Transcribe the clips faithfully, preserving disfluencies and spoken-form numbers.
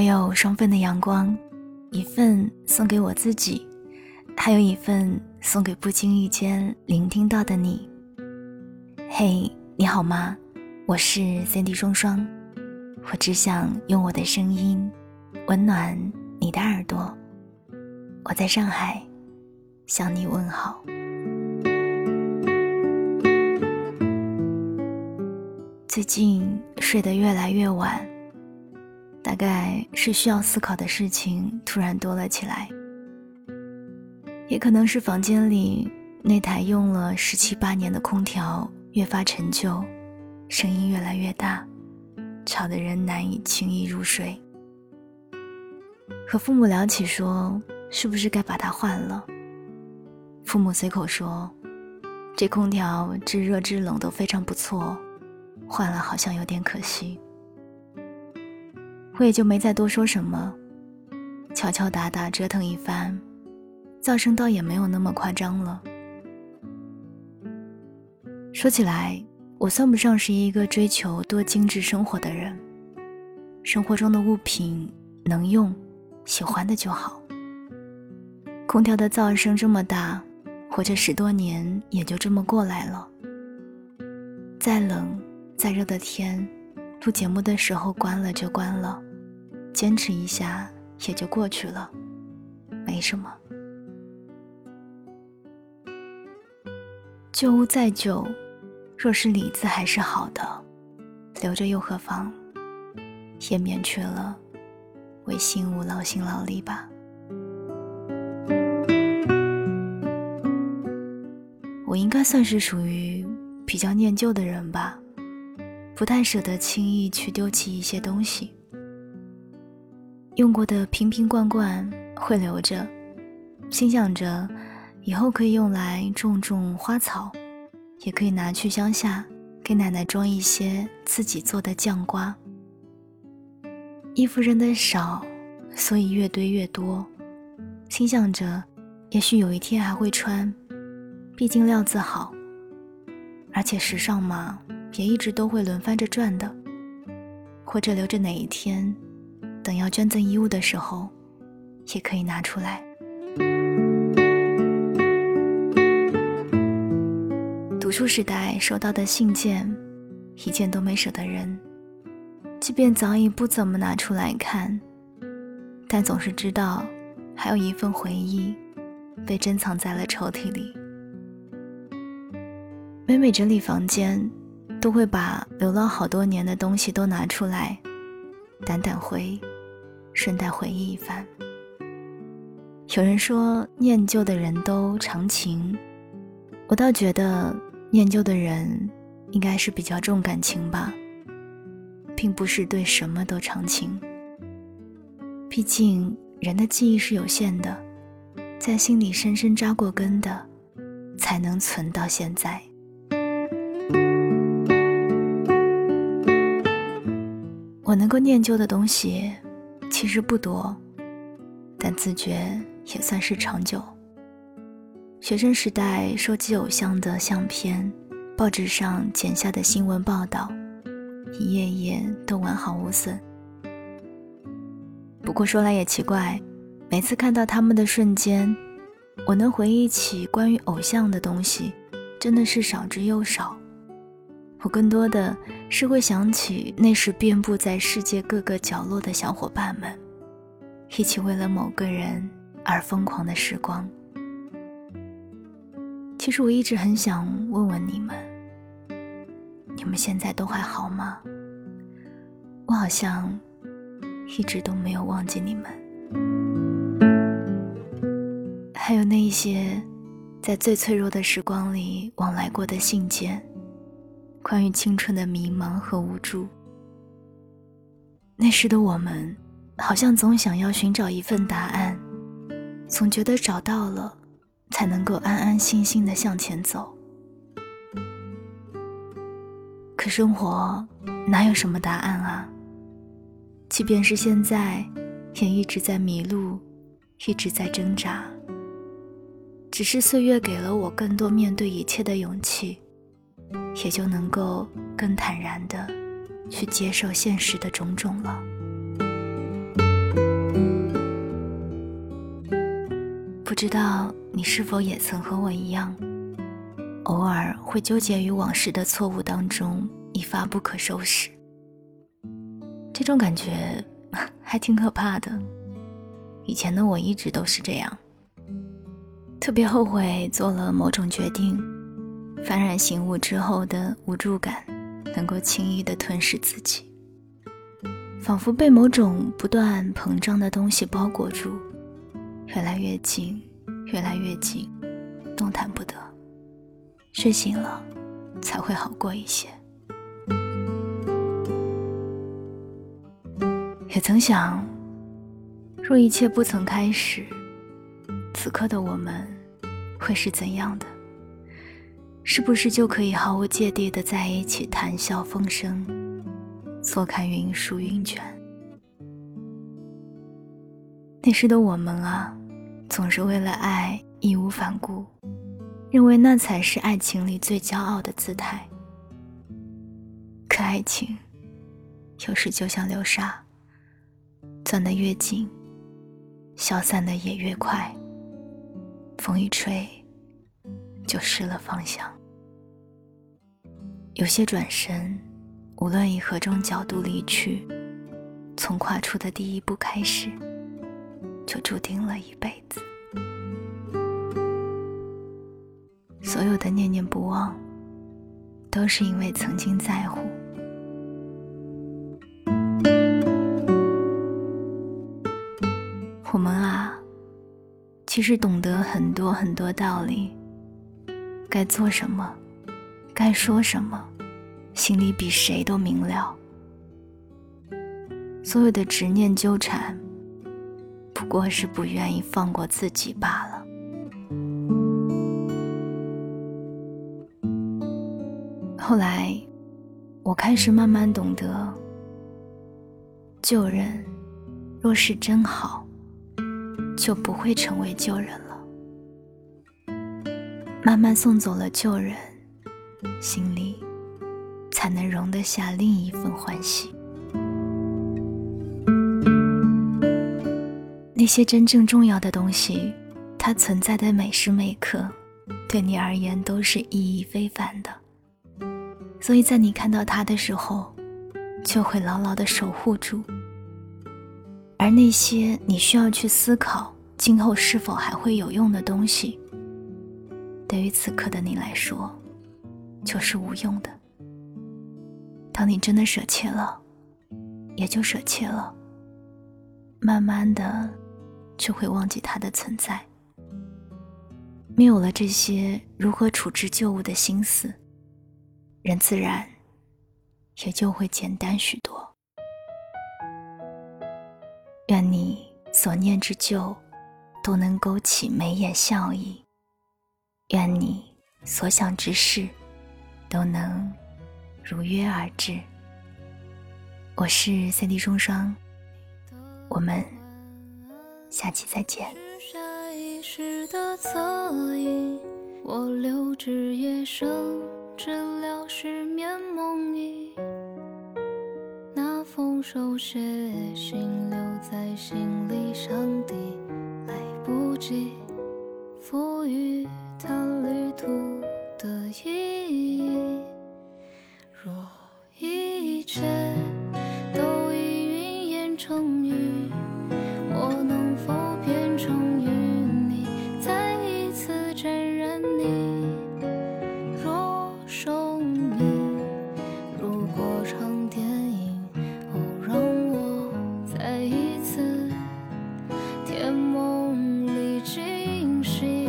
有双份的阳光，一份送给我自己，还有一份送给不经意间聆听到的你。嘿，你好吗？我是 Sandy 双双，我只想用我的声音温暖你的耳朵。我在上海向你问好。最近睡得越来越晚，大概是需要思考的事情突然多了起来，也可能是房间里那台用了十七八年的空调越发陈旧，声音越来越大，吵得人难以轻易入睡。和父母聊起说是不是该把它换了，父母随口说这空调制热制冷都非常不错，换了好像有点可惜。我也就没再多说什么，敲敲打打折腾一番，噪声倒也没有那么夸张了。说起来，我算不上是一个追求多精致生活的人，生活中的物品能用喜欢的就好。空调的噪声这么大，活着十多年也就这么过来了。再冷再热的天，录节目的时候关了就关了，坚持一下也就过去了，没什么。旧屋再旧，若是里子还是好的，留着又何妨，也免去了为新屋劳心劳力吧。我应该算是属于比较念旧的人吧，不太舍得轻易去丢弃一些东西。用过的瓶瓶罐罐会留着，心想着以后可以用来种种花草，也可以拿去乡下给奶奶装一些自己做的酱瓜。衣服扔得少，所以越堆越多，心想着也许有一天还会穿，毕竟料子好，而且时尚嘛，也一直都会轮番着转的，或者留着哪一天等要捐赠衣物的时候也可以拿出来。读书时代收到的信件，一件都没舍得扔，即便早已不怎么拿出来看，但总是知道还有一份回忆被珍藏在了抽屉里。每每整理房间，都会把流浪好多年的东西都拿出来掸掸灰，顺带回忆一番。有人说念旧的人都长情，我倒觉得念旧的人应该是比较重感情吧，并不是对什么都长情。毕竟人的记忆是有限的，在心里深深扎过根的才能存到现在。我能够念旧的东西其实不多，但自觉也算是长久。学生时代收集偶像的相片，报纸上剪下的新闻报道，一页页都完好无损。不过说来也奇怪，每次看到他们的瞬间，我能回忆起关于偶像的东西真的是少之又少。我更多的是会想起那时遍布在世界各个角落的小伙伴们，一起为了某个人而疯狂的时光。其实我一直很想问问你们，你们现在都还好吗？我好像一直都没有忘记你们。还有那一些在最脆弱的时光里往来过的信件，关于青春的迷茫和无助。那时的我们好像总想要寻找一份答案，总觉得找到了才能够安安心心地向前走。可生活哪有什么答案啊？即便是现在，也一直在迷路，一直在挣扎。只是岁月给了我更多面对一切的勇气，也就能够更坦然地去接受现实的种种了。 知道你是否也曾和我一样，偶尔会纠结于往事的错误当中一发不可收拾。这种感觉还挺可怕的，以前的我一直都是这样，特别后悔做了某种决定，幡然醒悟之后的无助感能够轻易地吞噬自己，仿佛被某种不断膨胀的东西包裹住，越来越近，越来越近，动弹不得。睡醒了才会好过一些。也曾想，若一切不曾开始，此刻的我们会是怎样的？是不是就可以毫无芥蒂地在一起谈笑风生，坐看云舒云卷？那时的我们啊，总是为了爱义无反顾，认为那才是爱情里最骄傲的姿态。可爱情有时就像流沙，钻得越紧，消散得也越快，风一吹就失了方向。有些转身，无论以何种角度离去，从跨出的第一步开始，就注定了一辈子。所有的念念不忘，都是因为曾经在乎。我们啊，其实懂得很多很多道理，该做什么，该说什么，心里比谁都明了。所有的执念纠缠，不过是不愿意放过自己罢了。后来，我开始慢慢懂得，旧人若是真好，就不会成为旧人了。慢慢送走了旧人，心里才能容得下另一份欢喜。那些真正重要的东西，它存在的每时每刻，对你而言都是意义非凡的。所以在你看到它的时候，就会牢牢地守护住。而那些你需要去思考今后是否还会有用的东西，对于此刻的你来说就是无用的。当你真的舍弃了，也就舍弃了，慢慢的就会忘记它的存在。没有了这些如何处置旧物的心思，人自然也就会简单许多。愿你所念之旧都能勾起眉眼笑意，愿你所想之事都能如约而至。我是 C D 双双，我们下期再见。 许下一世的侧影，我留至夜深，治疗失眠梦呓。那封手写信留在心里，上帝来不及赋予它旅途的意义。若一切都已云烟成雨，我能否变成与你再一次沾染你？若生命如过场电影，哦，让我再一次甜梦里惊醒。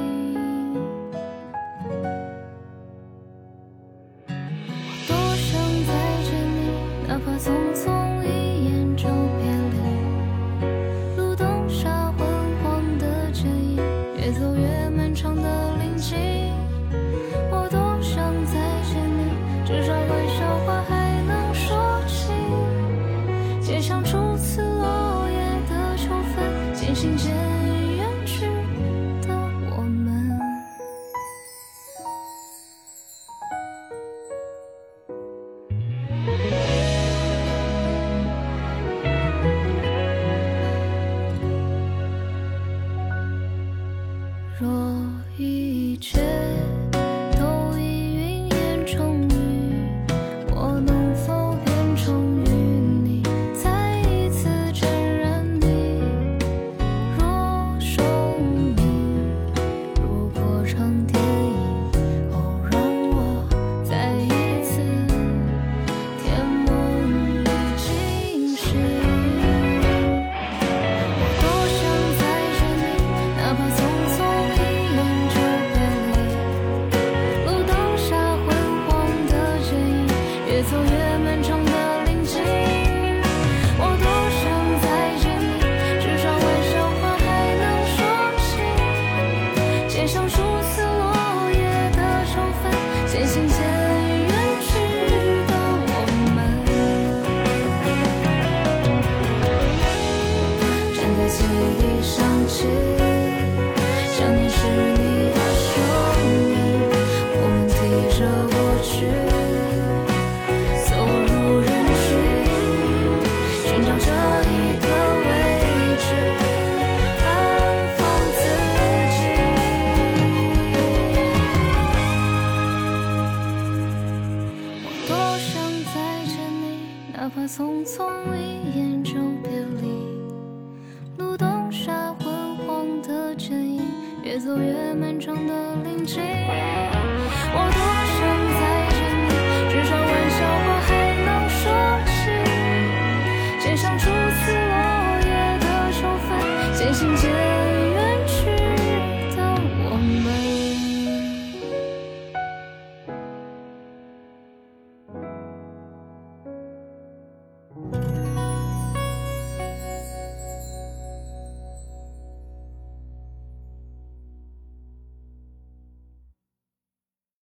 我多想再见你，哪怕匆匆一眼就别离。路灯下昏黄的剪影，越走越漫长的林径。我多想再见你，至少坏笑话还能说起。街上初次落叶的秋分，渐行渐远去的我们。 越走越漫长的林径。我多想再见你，至少玩笑话还能说起。街上数次落叶的愁烦，渐行渐远去的我们，站在汽笛响起，想念是你的声音，我们提着过去走入人群，寻找着一个位置安放自己。我多想再见你，哪怕匆匆一眼就别离。路灯下昏黄的剪影，越走越漫长的林径。